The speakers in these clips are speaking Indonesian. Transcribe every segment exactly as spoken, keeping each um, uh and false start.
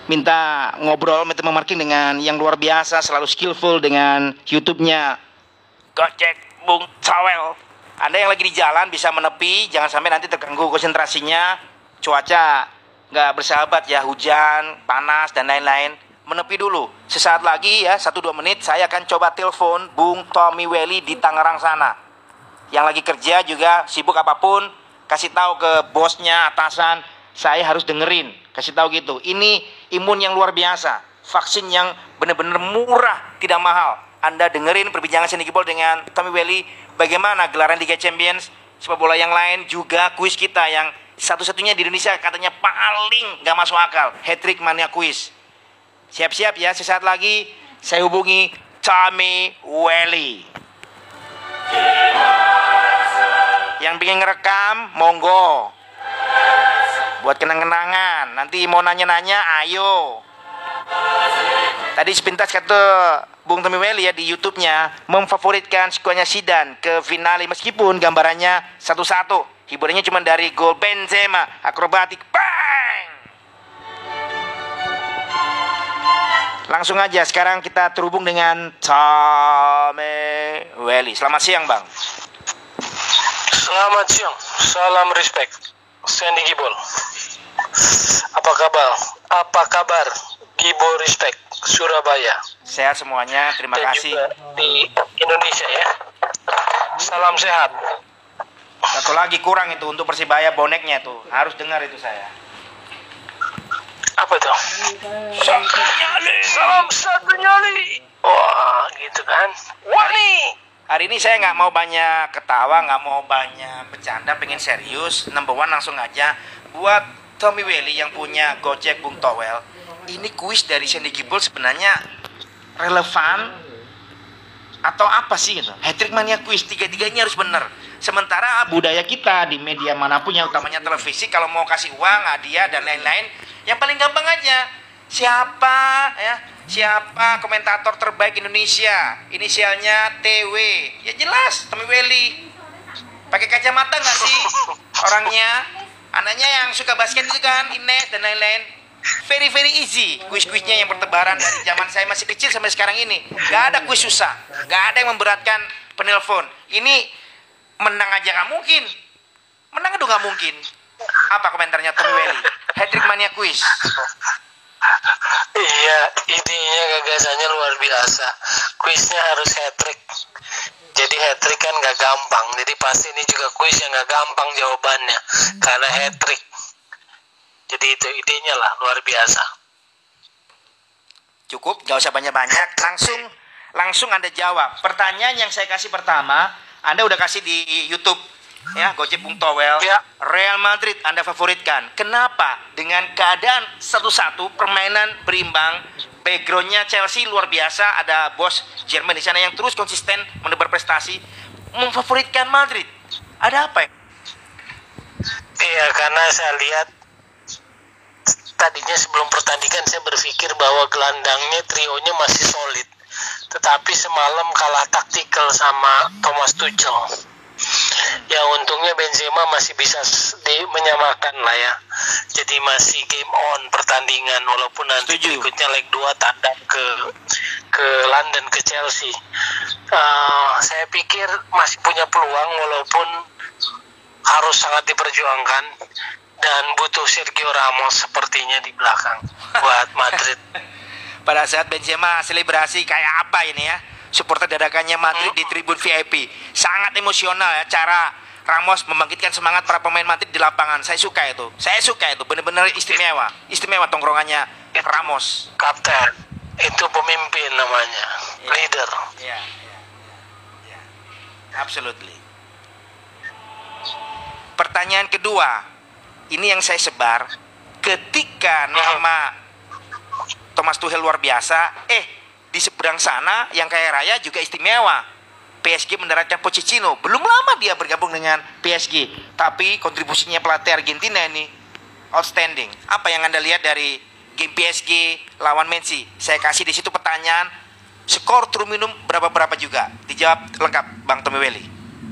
minta ngobrol Metro Marking dengan yang luar biasa, selalu skillful dengan YouTube-nya Gojek Bung Towel. Anda yang lagi di jalan bisa menepi, jangan sampai nanti terganggu konsentrasinya. Cuaca nggak bersahabat ya, hujan, panas dan lain-lain. Menepi dulu. Sesaat lagi ya, satu dua menit saya akan coba telepon Bung Tommy Welly di Tangerang sana. Yang lagi kerja juga sibuk apapun, kasih tahu ke bosnya, atasan, saya harus dengerin, kasih tahu gitu. Ini imun yang luar biasa, vaksin yang benar-benar murah, tidak mahal. Anda dengerin perbincangan Sandy Gibol dengan Tommy Welly, bagaimana gelaran Liga Champions, sepak bola yang lain, juga kuis kita yang satu-satunya di Indonesia katanya paling gak masuk akal, Hat-Trick Mania Quiz. Siap-siap ya, sesaat lagi saya hubungi Tommy Welly. Yang pengen ngerekam, monggo. Buat kenang-kenangan, nanti mau nanya-nanya, ayo. Tadi sepintas kata Bung Tommy Welly ya di YouTube-nya, memfavoritkan skuadnya Zidane ke finale meskipun gambarannya satu-satu. Hiburannya cuma dari gol Benzema, akrobatik, bang! Langsung aja, sekarang kita terhubung dengan Tommy Welly. Selamat siang, Bang. Selamat siang, salam respect, Sandy Gibol. Apa kabar? Apa kabar? Gibol respect, Surabaya. Sehat semuanya, terima Dan kasih. juga di Indonesia ya. Salam sehat. Satu lagi kurang itu untuk Persibaya boneknya tuh, harus dengar itu saya. Apa tuh? Satu nyali. Salam satu nyali. Wah, gitu kan. Wah nih. Hari ini saya nggak mau banyak ketawa, nggak mau banyak bercanda, pengen serius. Number one langsung aja buat Tommy Welly yang punya Gojek Bung Towel. Ini kuis dari Sandy Gibol sebenarnya relevan atau apa sih gitu? Hat-Trick Mania Quiz, tiga-tiganya harus bener. Sementara budaya kita di media manapun yang utamanya televisi, kalau mau kasih uang, hadiah dan lain-lain, yang paling gampang aja, siapa ya, siapa komentator terbaik Indonesia, inisialnya T W, ya jelas Tommy Welly. Pakai kacamata nggak sih orangnya? Anaknya yang suka basket itu kan, Ines dan lain-lain. Very very easy kuis-kuisnya yang bertebaran dari zaman saya masih kecil sampai sekarang ini. Gak ada kuis susah, gak ada yang memberatkan penelpon. Ini menang aja gak mungkin, menang aduh gak mungkin. Apa komentarnya Tommy Welly? Hat-Trick Mania Quiz. Iya, idenya gagasannya luar biasa. Kuisnya harus hat-trick. Jadi hat-trick kan gak gampang. Jadi pasti ini juga kuis yang gak gampang jawabannya, karena hat-trick. Jadi itu idenya lah, luar biasa. Cukup, gak usah banyak-banyak. Langsung, langsung Anda jawab. Pertanyaan yang saya kasih pertama, Anda udah kasih di YouTube, ya, Gojek Bung Towel. Ya. Real Madrid Anda favoritkan. Kenapa? Dengan keadaan satu-satu, permainan berimbang, backgroundnya Chelsea luar biasa, ada bos Jerman di sana yang terus konsisten menebar prestasi, memfavoritkan Madrid. Ada apa ya? Iya, karena saya lihat tadinya sebelum pertandingan saya berpikir bahwa gelandangnya, trionya masih solid. Tetapi semalam kalah taktikal sama Thomas Tuchel. Ya untungnya Benzema masih bisa di, menyamakan lah ya. Jadi masih game on pertandingan, walaupun nanti Setuju. berikutnya leg dua tandang ke ke London, ke Chelsea. Uh, saya pikir masih punya peluang walaupun harus sangat diperjuangkan. Dan butuh Sergio Ramos sepertinya di belakang buat Madrid. Pada saat Benzema selebrasi kayak apa ini ya, supporter dadakannya Madrid di tribun V I P, sangat emosional ya cara Ramos membangkitkan semangat para pemain Madrid di lapangan. Saya suka itu, saya suka itu, benar-benar istimewa, istimewa tongkrongannya Ramos. Kapten, itu pemimpin namanya, Ya. leader. Ya, ya, ya, absolutely. Pertanyaan kedua, ini yang saya sebar, ketika nama Thomas Tuchel luar biasa, eh di seberang sana yang kaya raya juga istimewa. P S G mendaratkan Pochettino, belum lama dia bergabung dengan P S G, tapi kontribusinya pelatih Argentina ini outstanding. Apa yang Anda lihat dari game P S G lawan Messi? Saya kasih di situ pertanyaan, skor turun minum berapa-berapa juga. Dijawab lengkap Bang Tommy Welly.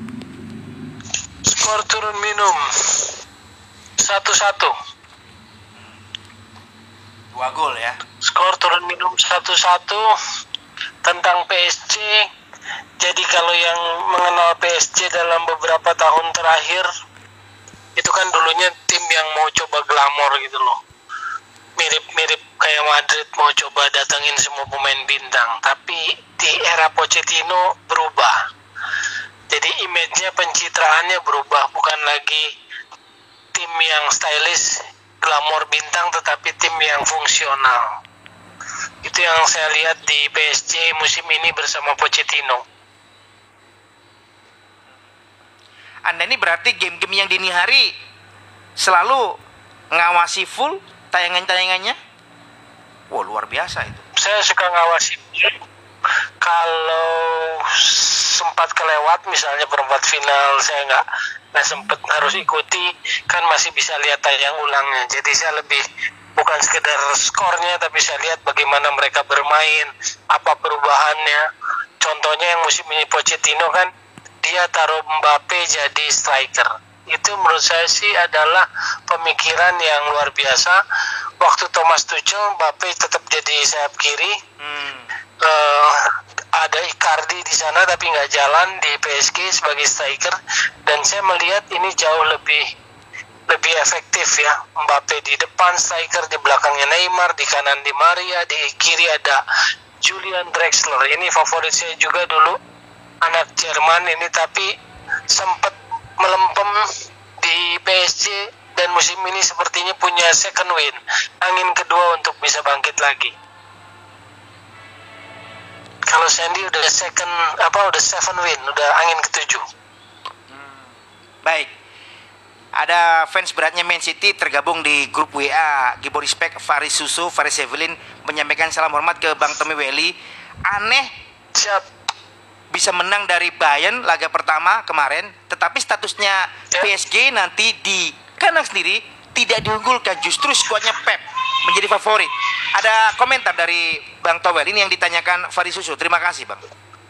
Skor turun minum satu satu. Dua gol ya. Skor turun minum satu satu. Tentang P S G, jadi kalau yang mengenal P S G dalam beberapa tahun terakhir, itu kan dulunya tim yang mau coba glamor gitu loh, mirip-mirip kayak Madrid mau coba datangin semua pemain bintang. Tapi di era Pochettino berubah, jadi image-nya, pencitraannya berubah, bukan lagi tim yang stylish glamor bintang, tetapi tim yang fungsional. Itu yang saya lihat di P S G musim ini bersama Pochettino. Anda ini berarti game-game yang dini hari selalu ngawasi full tayangan-tayangannya? Wah, luar biasa itu. Saya suka ngawasi. Kalau sempat kelewat, misalnya perempat final, saya nggak nggak sempat harus ikuti, kan masih bisa lihat tayang ulangnya. Jadi saya lebih bukan sekedar skornya, tapi saya lihat bagaimana mereka bermain, apa perubahannya. Contohnya yang musim ini Pochettino kan, dia taruh Mbappe jadi striker. Itu menurut saya sih adalah pemikiran yang luar biasa. Waktu Thomas Tuchel, Mbappe tetap jadi sayap kiri. Hmm. Uh, ada Icardi di sana tapi nggak jalan di P S G sebagai striker. Dan saya melihat ini jauh lebih lebih efektif ya. Mbappe di depan striker, di belakangnya Neymar, di kanan Di Maria, di kiri ada Julian Draxler. Ini favorit saya juga dulu, anak Jerman ini, tapi sempat melempem di P S G dan musim ini sepertinya punya second win, angin kedua untuk bisa bangkit lagi. Kalau Sandy udah second apa udah seven win, udah angin ketujuh. Hmm. Baik. Ada fans beratnya Man City tergabung di grup W A. Gibo Respect, Faris Susu, Faris Evelyn menyampaikan salam hormat ke Bang Tommy Welly. Aneh Siap. bisa menang dari Bayern laga pertama kemarin, tetapi statusnya Siap. P S G nanti di kandang sendiri tidak diunggulkan, justru skuadnya Pep menjadi favorit. Ada komentar dari Bang Towel ini yang ditanyakan Faris Susu. Terima kasih Bang.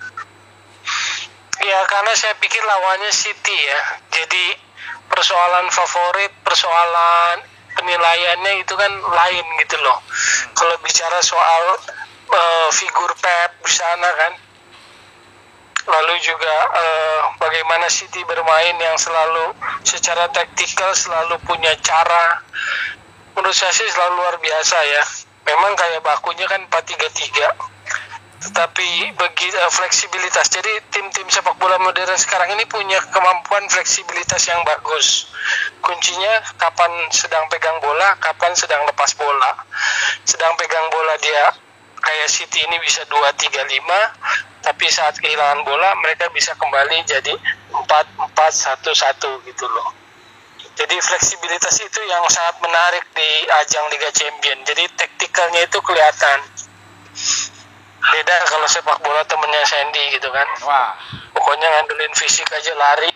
Ya karena saya pikir lawannya City ya, jadi persoalan favorit, persoalan penilaiannya itu kan lain gitu loh. Hmm. Kalau bicara soal uh, figur Pep di sana kan, lalu juga uh, bagaimana City bermain yang selalu secara taktikal selalu punya cara, menurut saya sih selalu luar biasa ya. Memang kayak bakunya kan empat tiga tiga, tetapi bagi uh, fleksibilitas. Jadi tim-tim sepak bola modern sekarang ini punya kemampuan fleksibilitas yang bagus. Kuncinya kapan sedang pegang bola, kapan sedang lepas bola. Sedang pegang bola dia kayak City ini bisa dua tiga lima, tapi saat kehilangan bola mereka bisa kembali jadi empat empat satu satu gitu loh. Jadi fleksibilitas itu yang sangat menarik di ajang Liga Champions. Jadi taktikalnya itu kelihatan. Beda kalau sepak bola temennya Sandy gitu kan. Wah. Pokoknya ngandelin fisik aja, lari.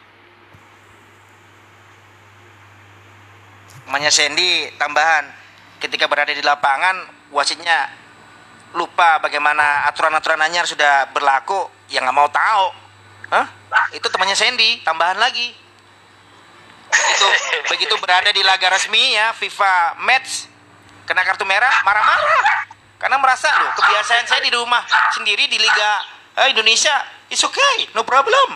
Temannya Sandy tambahan, ketika berada di lapangan wasitnya lupa bagaimana aturan-aturan anyar sudah berlaku, yang nggak mau tahu. Hah? Itu temannya Sandy, tambahan lagi. Begitu, begitu berada di laga resmi ya FIFA match, kena kartu merah, marah-marah. Karena merasa loh, kebiasaan saya di rumah sendiri di Liga eh, Indonesia, it's okay, no problem.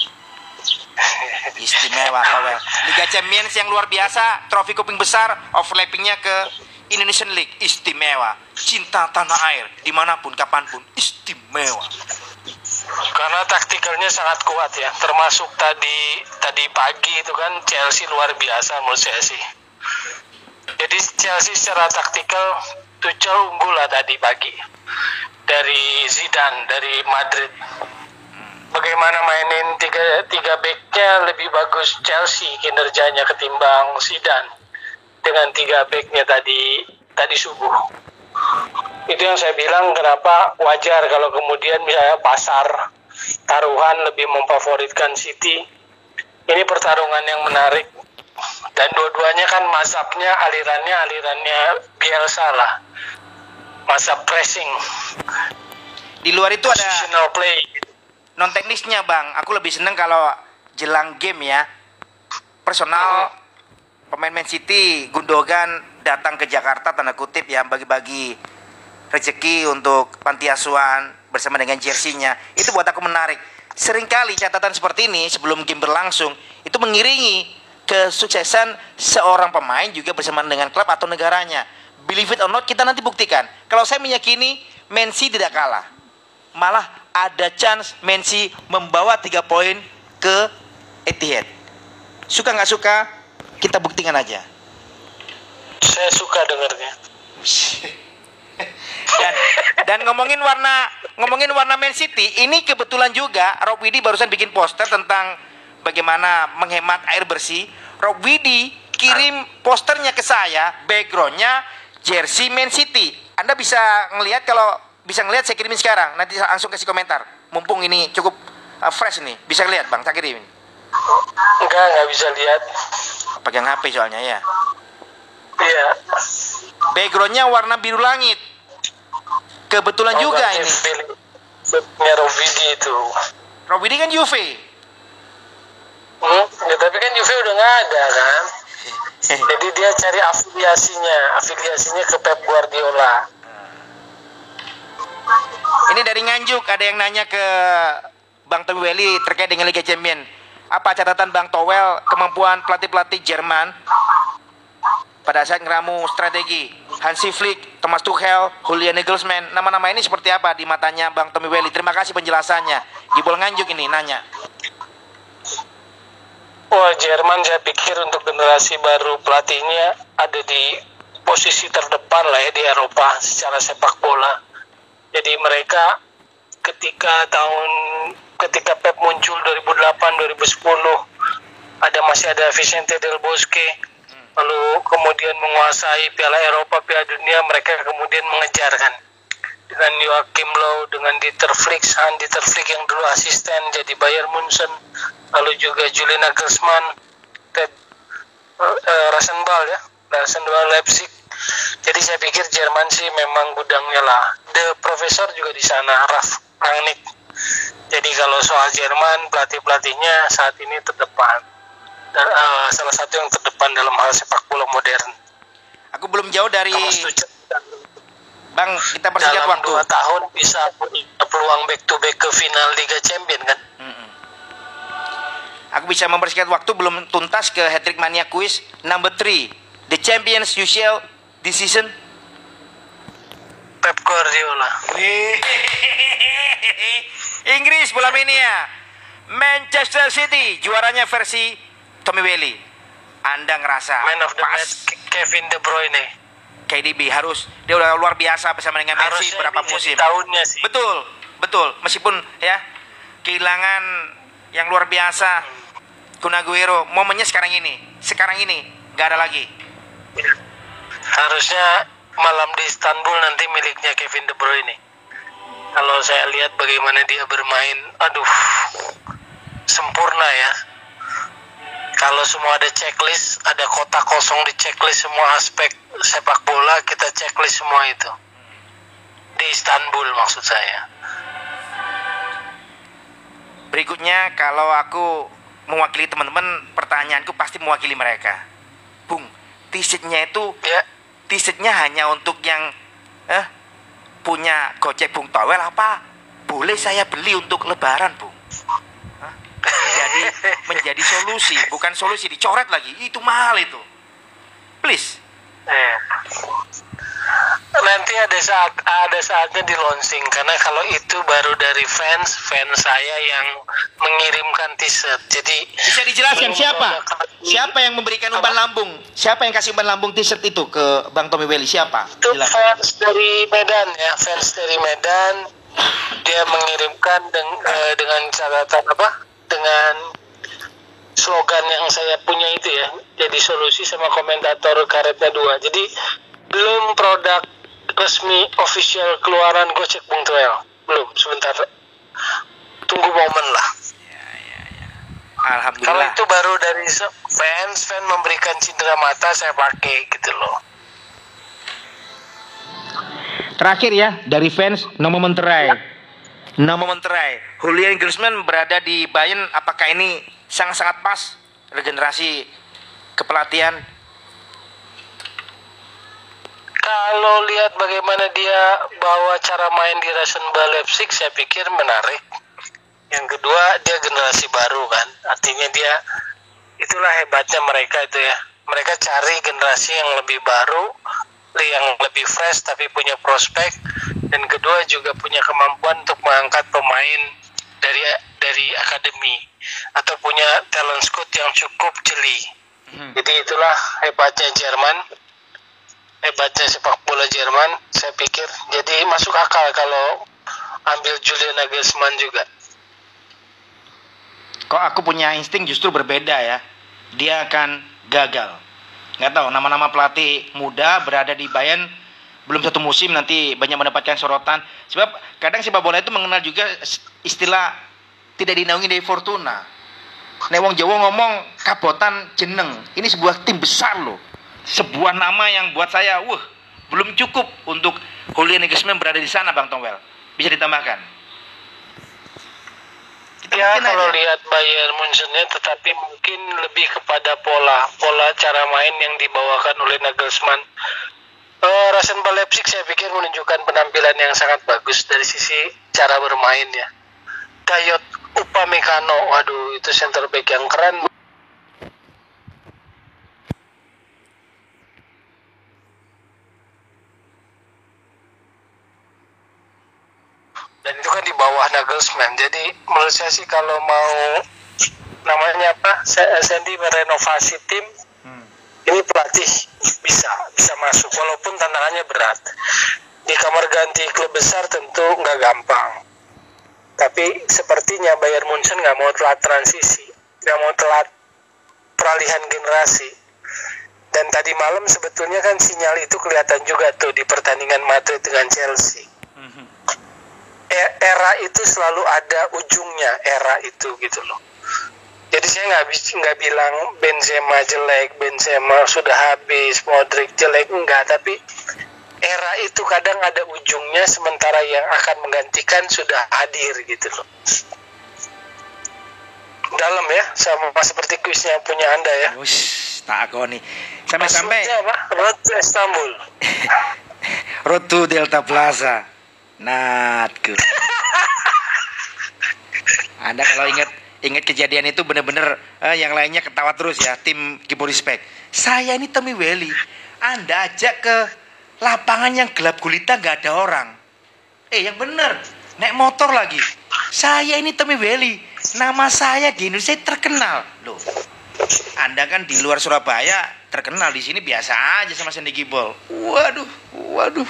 Istimewa Towel. Liga Champions yang luar biasa, trofi kuping besar, overlappingnya ke Indonesian League, istimewa. Cinta tanah air, dimanapun, kapanpun, istimewa. Karena taktikalnya sangat kuat ya, termasuk tadi tadi pagi itu kan Chelsea luar biasa menurut saya sih. Jadi Chelsea secara taktikal Tuchel unggul lah tadi pagi dari Zidane dari Madrid. Bagaimana mainin tiga tiga backnya lebih bagus Chelsea kinerjanya ketimbang Zidane dengan tiga backnya tadi tadi subuh. Itu yang saya bilang kenapa wajar kalau kemudian misalnya pasar taruhan lebih memfavoritkan City. Ini pertarungan yang menarik dan dua-duanya kan mazhabnya alirannya alirannya Bielsa lah, mazhab pressing. Di luar itu ada positional play. Non teknisnya Bang, aku lebih seneng kalau jelang game ya, personal pemain Man City, Gundogan datang ke Jakarta tanda kutip ya, bagi-bagi rezeki untuk panti asuhan bersama dengan jersinya. Itu buat aku menarik. Seringkali catatan seperti ini sebelum game berlangsung itu mengiringi kesuksesan seorang pemain juga bersama dengan klub atau negaranya. Believe it or not, kita nanti buktikan. Kalau saya meyakini Man City tidak kalah, malah ada chance Man City membawa tiga poin ke Etihad. Suka nggak suka, kita buktikan aja. Saya suka dengarnya. dan dan ngomongin warna ngomongin warna Man City, ini kebetulan juga Rob Widi barusan bikin poster tentang bagaimana menghemat air bersih. Rob Widi kirim posternya ke saya, backgroundnya jersey Man City. Anda bisa ngelihat, kalau bisa ngelihat saya kirimin sekarang, nanti langsung kasih komentar. Mumpung ini cukup uh, fresh nih, bisa lihat Bang, saya kirimin. Enggak, nggak bisa lihat. Pegang H P soalnya ya. Iya. Backgroundnya warna biru langit. Kebetulan Oh, juga berarti ini. filmnya Rovidi itu. Rob Widi kan Juve. Hmm? Ya, tapi kan Juve udah nggak ada kan. Jadi dia cari afiliasinya, afiliasinya ke Pep Guardiola. Ini dari Nganjuk, ada yang nanya ke Bang Tommy Welly terkait dengan Liga Champion. Apa catatan Bang Towel kemampuan pelatih-pelatih Jerman pada saat ngeramu strategi? Hansi Flick, Thomas Tuchel, Julian Nagelsmann, nama-nama ini seperti apa di matanya Bang Tommy Welly? Terima kasih penjelasannya. Gibol Nganjuk ini nanya. Wah, Jerman saya pikir untuk generasi baru pelatihnya ada di posisi terdepan lah ya di Eropa secara sepak bola. Jadi mereka ketika tahun ketika Pep muncul dua ribu delapan dua ribu sepuluh ada masih ada Vicente Del Bosque, lalu kemudian menguasai Piala Eropa, Piala Dunia, mereka kemudian mengejar kan dengan Joachim Löw, dengan Dieter Flick, Han Dieter Flick yang dulu asisten jadi Bayern Munchen, lalu juga Julian Nagelsmann, Ted uh, uh, Rasenball ya, Rasenball Leipzig. Jadi saya pikir Jerman sih memang gudangnya lah. The Professor juga di sana, Ralf Rangnick. Jadi kalau soal Jerman, pelatih-pelatihnya saat ini terdepan. Dan, uh, salah satu yang terdepan dalam hal sepak bola modern. Aku belum jauh dari Bang, kita persingkat dalam waktu. dua tahun bisa punya peluang back to back ke final Liga Champion kan? Mm-mm. Aku bisa mempersingkat waktu, belum tuntas ke hat-trick mania quiz number three. The champions usual this season. Pep Guardiola. Inggris bola mania. Manchester City juaranya versi Tommy Welly. Anda ngerasa Man of the pas match Kevin De Bruyne. K D B harus, dia udah luar biasa bersama dengan Messi Harusnya berapa ini jadi musim. tahunnya sih. Betul, betul. Meskipun ya kehilangan yang luar biasa Kun Aguero, momennya sekarang ini, sekarang ini nggak ada lagi. Harusnya malam di Istanbul nanti miliknya Kevin De Bruyne. Kalau saya lihat bagaimana dia bermain, aduh, sempurna ya. Kalau semua ada checklist, ada kotak kosong di checklist semua aspek sepak bola, kita checklist semua itu. Di Istanbul maksud saya. Berikutnya, kalau aku mewakili teman-teman, pertanyaanku pasti mewakili mereka. Bung, t-shirtnya itu, Ya, t-shirtnya hanya untuk yang eh, punya Gojek Bung Towel apa? Boleh saya beli untuk lebaran, Bung? Hah? Menjadi, menjadi solusi, bukan solusi, dicoret lagi. Itu mahal itu. Please. eh. Nanti ada saat ada saatnya di launching, karena kalau itu baru dari fans fans saya yang mengirimkan t-shirt. Jadi Bisa dijelaskan belum siapa? produk resmi. Siapa yang memberikan umpan lambung? Siapa yang kasih umpan lambung t-shirt itu ke Bang Tommy Welly? Siapa? Itu Jelaskan. fans dari Medan ya, fans dari Medan. Dia mengirimkan deng- eh, dengan catatan apa? Dengan slogan yang saya punya itu ya. Jadi solusi sama komentator Karetnya dua. Jadi belum produk resmi official keluaran Gojek Bung Toel. Belum, sebentar. Tunggu momen lah. Kalau Alhamdulillah. itu baru dari se- fans, fans memberikan cindera mata, saya pakai gitu loh. Terakhir ya, dari fans Nomo Monterrey. Nomo Monterrey. Julian Nagelsmann berada di Bayern, apakah ini sangat-sangat pas regenerasi kepelatihan? Kalau lihat bagaimana dia bawa cara main di Rasenball Leipzig, saya pikir menarik. Yang kedua, dia generasi baru kan, artinya dia, itulah hebatnya mereka itu ya. Mereka cari generasi yang lebih baru, yang lebih fresh tapi punya prospek, dan kedua juga punya kemampuan untuk mengangkat pemain dari dari akademi atau punya talent scout yang cukup jeli. Hmm. Jadi itulah hebatnya Jerman, hebatnya sepak bola Jerman, saya pikir. Jadi masuk akal kalau ambil Julian Nagelsmann juga. Kok aku punya insting justru berbeda ya. Dia akan gagal. Nggak tahu, nama-nama pelatih muda berada di Bayern belum satu musim nanti banyak mendapatkan sorotan. Sebab kadang sepak bola itu mengenal juga istilah tidak dinaungi dari Fortuna. Nek wong Jawa ngomong kabotan jeneng. Ini sebuah tim besar loh. Sebuah nama yang buat saya, wah, belum cukup untuk Julian Nagelsmann berada di sana, Bang Tongwel. Bisa ditambahkan? Kita ya kalau aja lihat Bayern Munchen-nya, tetapi mungkin lebih kepada pola, pola cara main yang dibawakan oleh Nagelsmann. Uh, Rasenball Leipzig saya pikir menunjukkan penampilan yang sangat bagus dari sisi cara bermain ya. Dayot Upamecano, waduh itu center back yang keren. Dan itu kan di bawah Nagelsmann. Jadi menurut saya sih kalau mau namanya apa, Sandy merenovasi tim, hmm. ini pelatih bisa bisa masuk walaupun tantangannya berat. Di kamar ganti klub besar tentu nggak gampang. Tapi sepertinya Bayern Munchen nggak mau telat transisi, nggak mau telat peralihan generasi. Dan tadi malam sebetulnya kan sinyal itu kelihatan juga tuh di pertandingan Madrid dengan Chelsea. Era itu selalu ada ujungnya, era itu gitu loh. Jadi saya nggak bisa nggak bilang Benzema jelek, Benzema sudah habis, Modric jelek, enggak. Tapi era itu kadang ada ujungnya, sementara yang akan menggantikan sudah hadir gitu loh. Dalam ya, sama seperti kuisnya punya Anda ya. Ush, tak aku nih. Sampai-sampai apa? Road to Istanbul. Road to Delta Plaza. Natku. Anda kalau ingat ingat kejadian itu benar-benar eh, yang lainnya ketawa terus ya, tim Gibo Respect. Saya ini Tommy Welly. Anda ajak ke lapangan yang gelap gulita nggak ada orang. Eh yang bener, naik motor lagi. Saya ini Tommy Welly. Nama saya di Indonesia terkenal loh. Anda kan di luar Surabaya terkenal, di sini biasa aja sama Sandy Gibol. Waduh, waduh.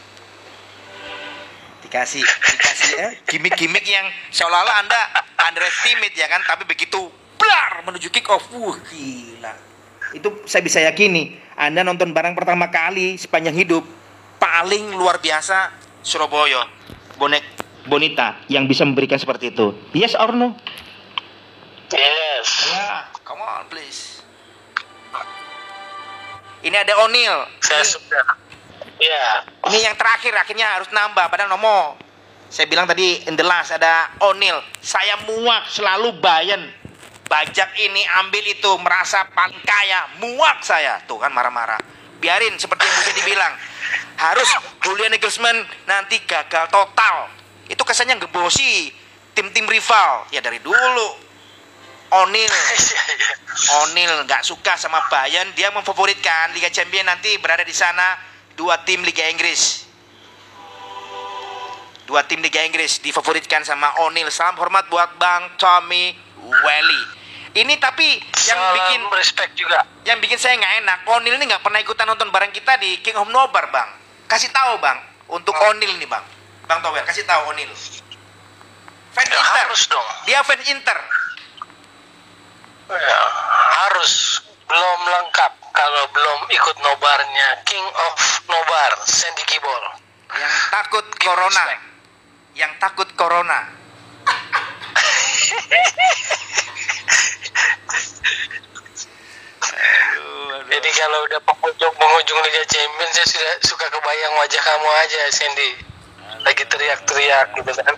Dikasih, dikasih ya, gimmick-gimmick yang seolah-olah Anda underestimate ya kan, tapi begitu blar menuju kick off, wah gila. Itu saya bisa yakini, Anda nonton barang pertama kali sepanjang hidup, paling luar biasa Surabaya, bonek Bonita yang bisa memberikan seperti itu. Yes or no? Yes. Ya, come on please. Ini ada O'Neal. Saya suka. Ya. Ini yang terakhir, akhirnya harus nambah pada nomor. Saya bilang tadi in the last ada O'Neal. Saya muak selalu Bayern. Bajak ini ambil itu, merasa paling kaya. Muak saya. Tuh kan marah-marah. Biarin seperti yang bisa dibilang. Harus Julian Nagelsmann nanti gagal total. Itu kesannya ngebosi tim-tim rival. Ya dari dulu O'Neal O'Neal nggak suka sama Bayern. Dia memfavoritkan Liga Champions nanti berada di sana. Dua tim Liga Inggris. Dua tim Liga Inggris difavoritkan sama O'Neal. Salam hormat buat Bang Tommy Welly. Ini tapi yang Salam bikin respect juga. Yang bikin saya nggak enak, O'Neal ini nggak pernah ikutan nonton bareng kita di King of Nobar, Bang. Kasih tahu, Bang, untuk oh. O'Neal nih, Bang. Bang Towel, kasih tahu O'Neal. Fans ya, Inter. Harus dong. Dia fans Inter. Ya, harus. Belum lengkap kalau belum ikut nobarnya King of Nobar, Sandy Gibol. Yang takut corona. Yang takut corona. aduh, aduh. Jadi kalau udah penghujung penghujung Liga Champions, saya sudah suka kebayang wajah kamu aja, Sandy. Lagi teriak-teriak gitu kan.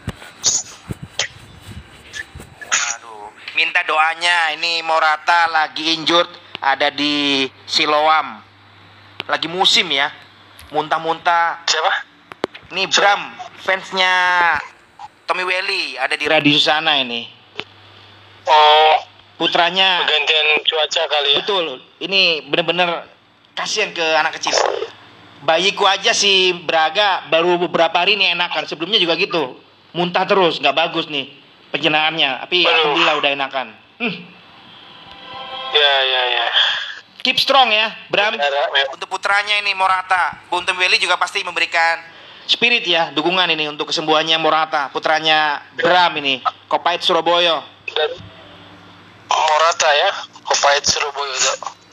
Aduh, minta doanya. Ini Morata lagi injured, ada di Siloam. Lagi musim ya. muntah-muntah. Siapa? Nih Bram, fansnya Tommy Welly ada di Radio Susana ini. Oh, Putranya. pergantian cuaca kali ya. Betul. Ini bener-bener kasihan ke anak kecil. Bayiku aja si Braga baru beberapa hari ini enakan. Sebelumnya juga gitu. Muntah terus, nggak bagus nih penjenaannya. Tapi Aduh. alhamdulillah udah enakan. Hmm. Ya, ya, ya. Keep strong ya, Bram. Benar, memang. Untuk putranya ini Morata, Bung Tommy Welly juga pasti memberikan spirit ya, dukungan ini untuk kesembuhannya Morata, putranya Bram ini, Kopait Surabaya. Dan Morata ya, Kopait Surabaya itu.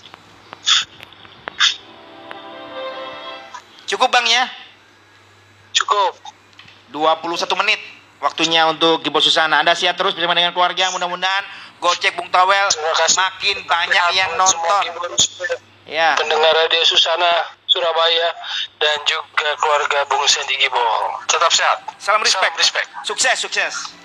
Cukup Bang ya, Cukup. dua puluh satu menit waktunya untuk Gibol Susana. Anda siap terus bersama dengan keluarga, mudah-mudahan Gojek Bung Towel Terima kasih. makin banyak yang nonton. Ya. Pendengar Radio Susana Surabaya dan juga keluarga Bung Sandy Gibol. Tetap sehat. Salam respect. Salam respect. Sukses, sukses.